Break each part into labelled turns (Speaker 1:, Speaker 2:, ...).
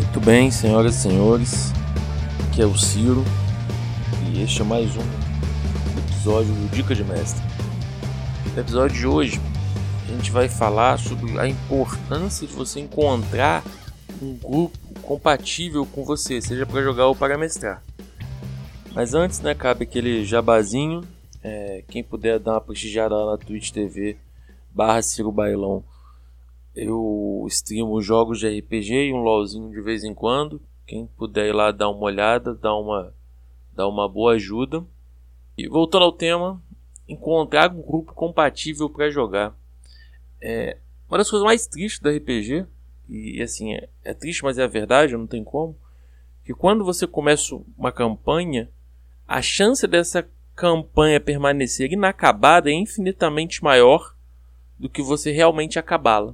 Speaker 1: Muito bem, senhoras e senhores, aqui é o Ciro e este é mais um episódio do Dica de Mestre. No episódio de hoje a gente vai falar sobre a importância de você encontrar um grupo compatível com você, seja para jogar ou para mestrar. Mas antes, cabe aquele jabazinho, quem puder dar uma prestigiada lá na Twitch TV /Ciro Bailão. Eu streamo jogos de RPG e um LOLzinho de vez em quando. Quem puder ir lá dar uma olhada, dar uma boa ajuda. E voltando ao tema, encontrar um grupo compatível para jogar. Uma das coisas mais tristes do RPG, e assim, é triste, mas é a verdade, não tem como, que quando você começa uma campanha, a chance dessa campanha permanecer inacabada é infinitamente maior do que você realmente acabá-la.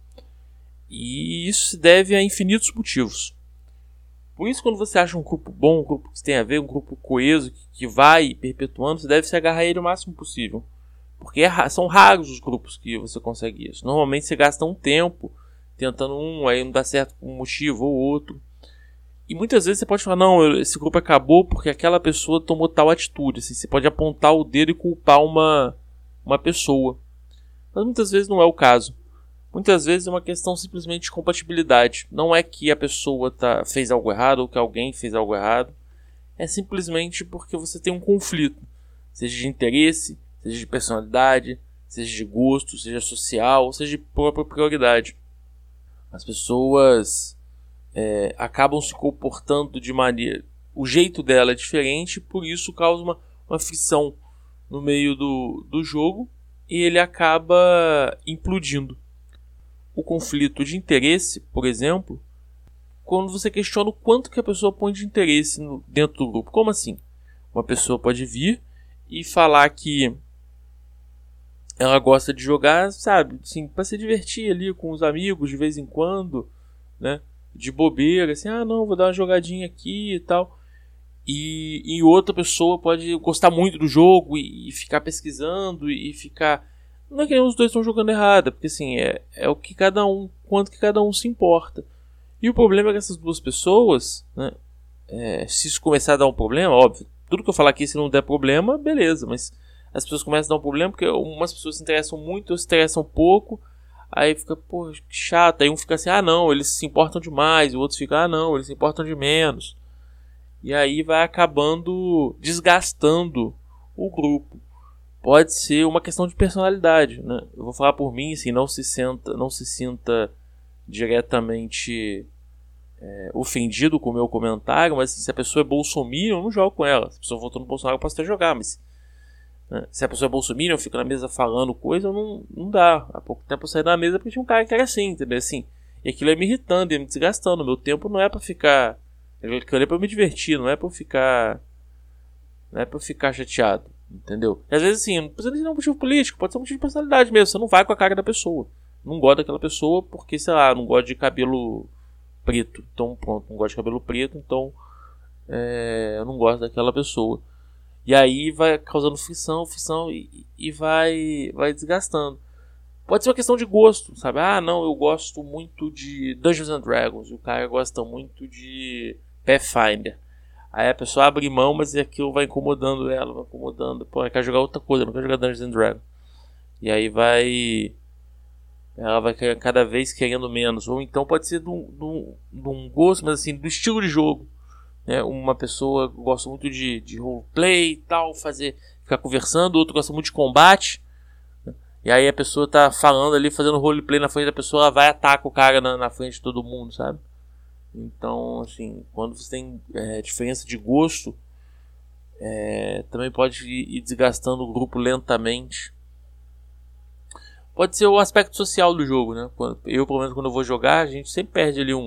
Speaker 1: E isso se deve a infinitos motivos. Por isso, quando você acha um grupo bom, um grupo que tem a ver, um grupo coeso, que vai perpetuando, você deve se agarrar a ele o máximo possível. Porque são raros os grupos que você consegue isso. Normalmente você gasta um tempo tentando aí não dá certo por um motivo ou outro. E muitas vezes você pode falar, não, esse grupo acabou porque aquela pessoa tomou tal atitude. Assim, você pode apontar o dedo e culpar uma pessoa. Mas muitas vezes não é o caso. Muitas vezes é uma questão simplesmente de compatibilidade. Não é que a pessoa fez algo errado ou que alguém fez algo errado. É simplesmente porque você tem um conflito. Seja de interesse, seja de personalidade, seja de gosto, seja social, seja de própria prioridade. As pessoas acabam se comportando de maneira... O jeito dela é diferente, por isso causa uma frição no meio do jogo e ele acaba implodindo. O conflito de interesse, por exemplo, quando você questiona o quanto que a pessoa põe de interesse dentro do grupo. Como assim? Uma pessoa pode vir e falar que ela gosta de jogar, sabe, assim, para se divertir ali com os amigos de vez em quando, né? De bobeira, assim, não, vou dar uma jogadinha aqui e tal. E outra pessoa pode gostar muito do jogo e ficar pesquisando e ficar... Não é que os dois estão jogando errado, porque assim, é o que quanto que cada um se importa. E o problema é que essas duas pessoas, né, se isso começar a dar um problema, óbvio, tudo que eu falar aqui, se não der problema, beleza, mas as pessoas começam a dar um problema porque umas pessoas se interessam muito, outras se interessam pouco, aí fica, pô, que chato, aí um fica assim, não, eles se importam demais, e o outro fica, não, eles se importam de menos. E aí vai acabando desgastando o grupo. Pode ser uma questão de personalidade, né? Eu vou falar por mim, assim, não se sinta diretamente ofendido com o meu comentário, mas assim, se a pessoa é bolsominion, eu não jogo com ela. Se a pessoa votou no Bolsonaro, eu posso até jogar, mas se a pessoa é bolsominion, eu fico na mesa falando coisa, não dá. Há pouco tempo eu saí da mesa porque tinha um cara que era assim, entendeu? Assim, e aquilo é me irritando, é me desgastando. Meu tempo não é pra ficar... Aquilo é pra eu me divertir, não é pra eu ficar chateado. Entendeu? E às vezes assim, não precisa ser um motivo político, pode ser um motivo de personalidade mesmo. Você não vai com a cara da pessoa. Não gosta daquela pessoa porque, sei lá, não gosta de cabelo preto. Então pronto, não gosta de cabelo preto, então eu não gosto daquela pessoa. E aí vai causando frição e vai desgastando. Pode ser uma questão de gosto, sabe? Não, eu gosto muito de Dungeons and Dragons. E o cara gosta muito de Pathfinder. Aí a pessoa abre mão, mas aquilo vai incomodando ela, vai incomodando. Pô, ela quer jogar outra coisa, não quer jogar Dungeons and Dragons. E aí ela vai cada vez querendo menos. Ou então pode ser de um gosto, mas assim, do estilo de jogo. Né? Uma pessoa gosta muito de roleplay e tal, ficar conversando, outro gosta muito de combate. E aí a pessoa tá falando ali, fazendo roleplay na frente da pessoa, ela vai e ataca o cara na frente de todo mundo, sabe? Então, assim, quando você tem diferença de gosto, também pode ir desgastando o grupo lentamente. Pode ser o aspecto social do jogo, né? Eu, pelo menos, quando eu vou jogar, a gente sempre perde ali um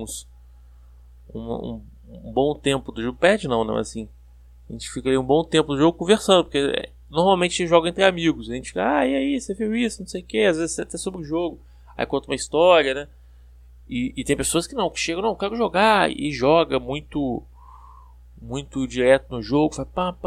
Speaker 1: bom tempo do jogo. Perde não, né? Assim, a gente fica ali um bom tempo do jogo conversando, porque normalmente a gente joga entre amigos. A gente fica, e aí, você viu isso, não sei o que, às vezes até sobre o jogo. Aí conta uma história, né? E tem pessoas que chegam, não, quero jogar, e joga muito direto no jogo, vai pá,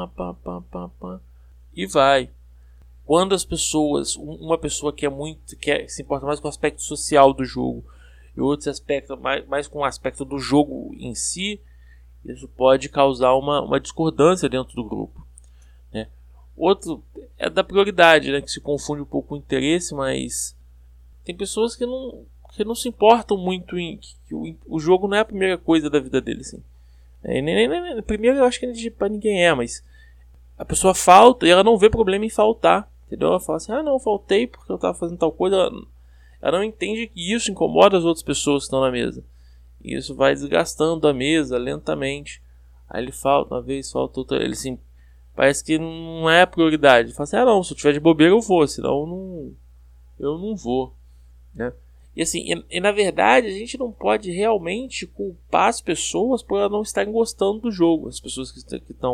Speaker 1: e vai. Quando as pessoas, uma pessoa que se importa mais com o aspecto social do jogo e outros aspectos mais com o aspecto do jogo em si, isso pode causar uma discordância dentro do grupo, né? Outro é da prioridade, né, que se confunde um pouco o interesse, mas tem pessoas que não se importam muito em que o jogo não é a primeira coisa da vida deles, assim. Primeiro eu acho que para ninguém mas a pessoa falta e ela não vê problema em faltar, entendeu? Ela fala assim, não, faltei porque eu estava fazendo tal coisa. Ela não entende que isso incomoda as outras pessoas que estão na mesa. E isso vai desgastando a mesa lentamente. Aí ele falta uma vez, falta outra. Ele assim, parece que não é a prioridade. Ele fala assim, não, se eu tiver de bobeira eu vou, senão eu não vou, né? E assim, na verdade a gente não pode realmente culpar as pessoas por elas não estarem gostando do jogo. As pessoas que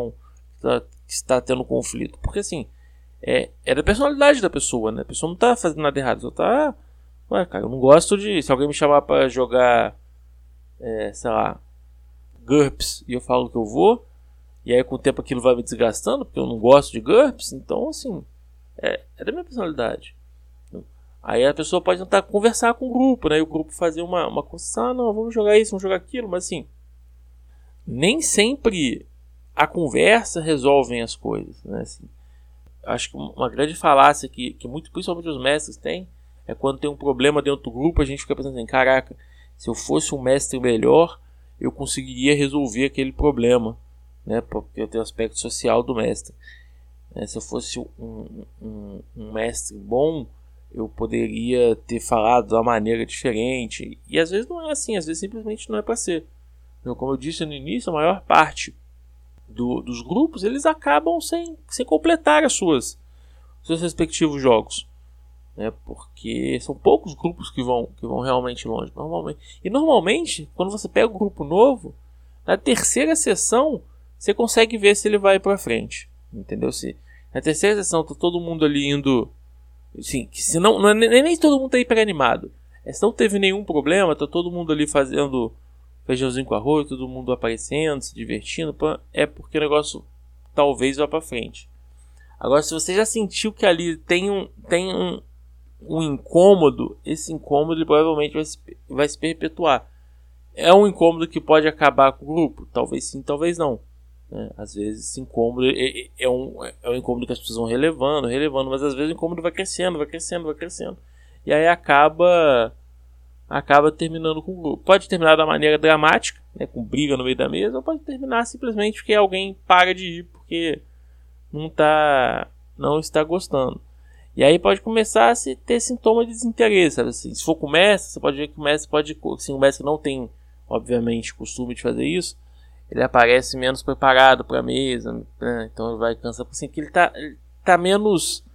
Speaker 1: está tendo conflito. Porque assim, é da personalidade da pessoa, né? A pessoa não está fazendo nada errado. Só está... Ué, cara, eu não gosto de... Se alguém me chamar para jogar, sei lá, GURPS, e eu falo que eu vou, e aí com o tempo aquilo vai me desgastando, porque eu não gosto de GURPS, então assim, é da minha personalidade. Aí a pessoa pode tentar conversar com o grupo, né? E o grupo fazer uma construção, não, vamos jogar isso, vamos jogar aquilo, mas assim, nem sempre a conversa resolve as coisas, né? Assim, acho que uma grande falácia que muito, principalmente os mestres têm, é quando tem um problema dentro do grupo, a gente fica pensando assim, caraca, se eu fosse um mestre melhor, eu conseguiria resolver aquele problema, né? Porque eu tenho o aspecto social do mestre. Se eu fosse um mestre bom, eu poderia ter falado de uma maneira diferente. E às vezes não é assim, às vezes simplesmente não é para ser. Então, como eu disse no início, a maior parte dos grupos, eles acabam sem completar os seus respectivos jogos, né? Porque são poucos grupos que vão realmente longe, normalmente. E normalmente, quando você pega um grupo novo, na terceira sessão você consegue ver se ele vai para frente, entendeu? Se na terceira sessão tá todo mundo ali indo, assim, que se não é nem todo mundo tá hiper animado, se não teve nenhum problema, tá todo mundo ali fazendo feijãozinho com arroz, todo mundo aparecendo, se divertindo, é porque o negócio talvez vá para frente. Agora, se você já sentiu que ali tem um incômodo, esse incômodo ele provavelmente vai se perpetuar. É um incômodo que pode acabar com o grupo? Talvez sim, talvez não, né? Às vezes esse incômodo é um incômodo que as pessoas vão relevando, mas às vezes o incômodo vai crescendo. E aí acaba terminando com o grupo. Pode terminar da maneira dramática, né, com briga no meio da mesa, ou pode terminar simplesmente porque alguém para de ir porque não está gostando. E aí pode começar a ter sintoma de desinteresse, sabe? Assim, se for com o mestre, você pode ver que o mestre assim, o mestre não tem, obviamente, costume de fazer isso, ele aparece menos preparado para a mesa, né? Então ele vai cansar, assim, que ele está menos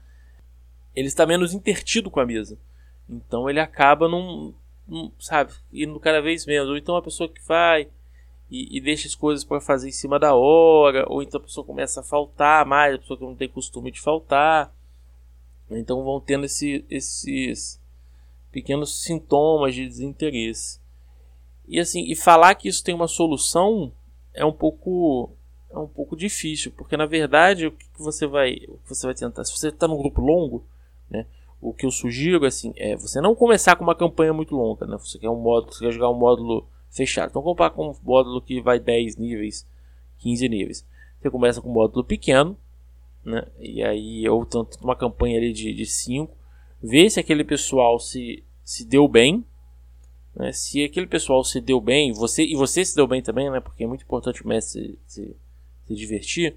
Speaker 1: intertido com a mesa. Então ele acaba sabe, indo cada vez menos. Ou então a pessoa que vai e deixa as coisas para fazer em cima da hora, ou então a pessoa começa a faltar mais, a pessoa que não tem costume de faltar. Então vão tendo esses pequenos sintomas de desinteresse. E assim, e falar que isso tem uma solução é um pouco difícil, porque na verdade o que você vai tentar, se você está num grupo longo, né, o que eu sugiro assim, é você não começar com uma campanha muito longa, né? Você quer jogar um módulo fechado, então comparar com um módulo que vai 10 níveis, 15 níveis. Você começa com um módulo pequeno, né? E aí, ou tanto uma campanha ali de 5, ver se aquele pessoal se deu bem, né? Se aquele pessoal se deu bem, você se deu bem também, né? Porque é muito importante o mestre se divertir.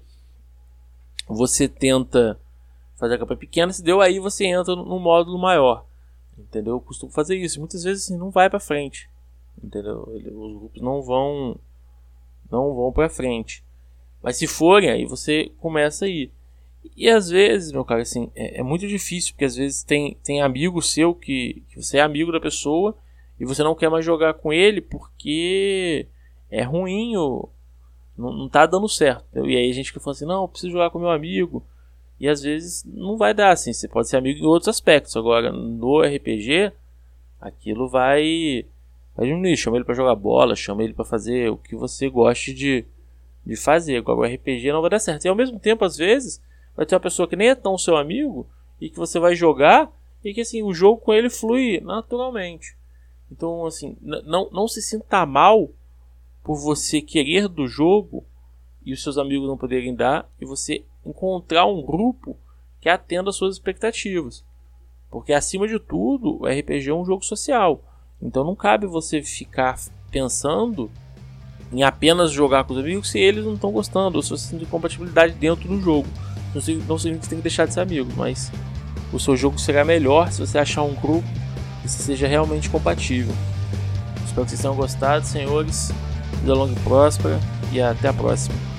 Speaker 1: Você tenta fazer a campanha pequena, se deu, aí você entra no módulo maior, entendeu? Eu costumo fazer isso, muitas vezes assim, não vai para frente, entendeu? Os grupos não vão para frente, mas se forem, aí você começa a ir. E às vezes, meu cara, assim, é muito difícil, porque às vezes tem amigo seu que você é amigo da pessoa e você não quer mais jogar com ele porque é ruim ou não tá dando certo, entendeu? E aí a gente fica falando assim, não, eu preciso jogar com meu amigo. E às vezes não vai dar, assim, você pode ser amigo em outros aspectos. Agora, no RPG, aquilo vai diminuir. Chama ele pra jogar bola, chama ele pra fazer o que você goste de fazer. Agora, o RPG não vai dar certo. E ao mesmo tempo, às vezes, vai ter uma pessoa que nem é tão seu amigo e que você vai jogar e que, assim, o jogo com ele flui naturalmente. Então, assim, não se sinta mal por você querer do jogo e os seus amigos não poderem dar, e você encontrar um grupo que atenda às suas expectativas. Porque, acima de tudo, o RPG é um jogo social. Então não cabe você ficar pensando em apenas jogar com os amigos se eles não estão gostando, ou se você tem compatibilidade dentro do jogo. Não significa que você tem que deixar de ser amigo, mas o seu jogo será melhor se você achar um grupo que seja realmente compatível. Espero que vocês tenham gostado, senhores. Vida longa e próspera, e até a próxima.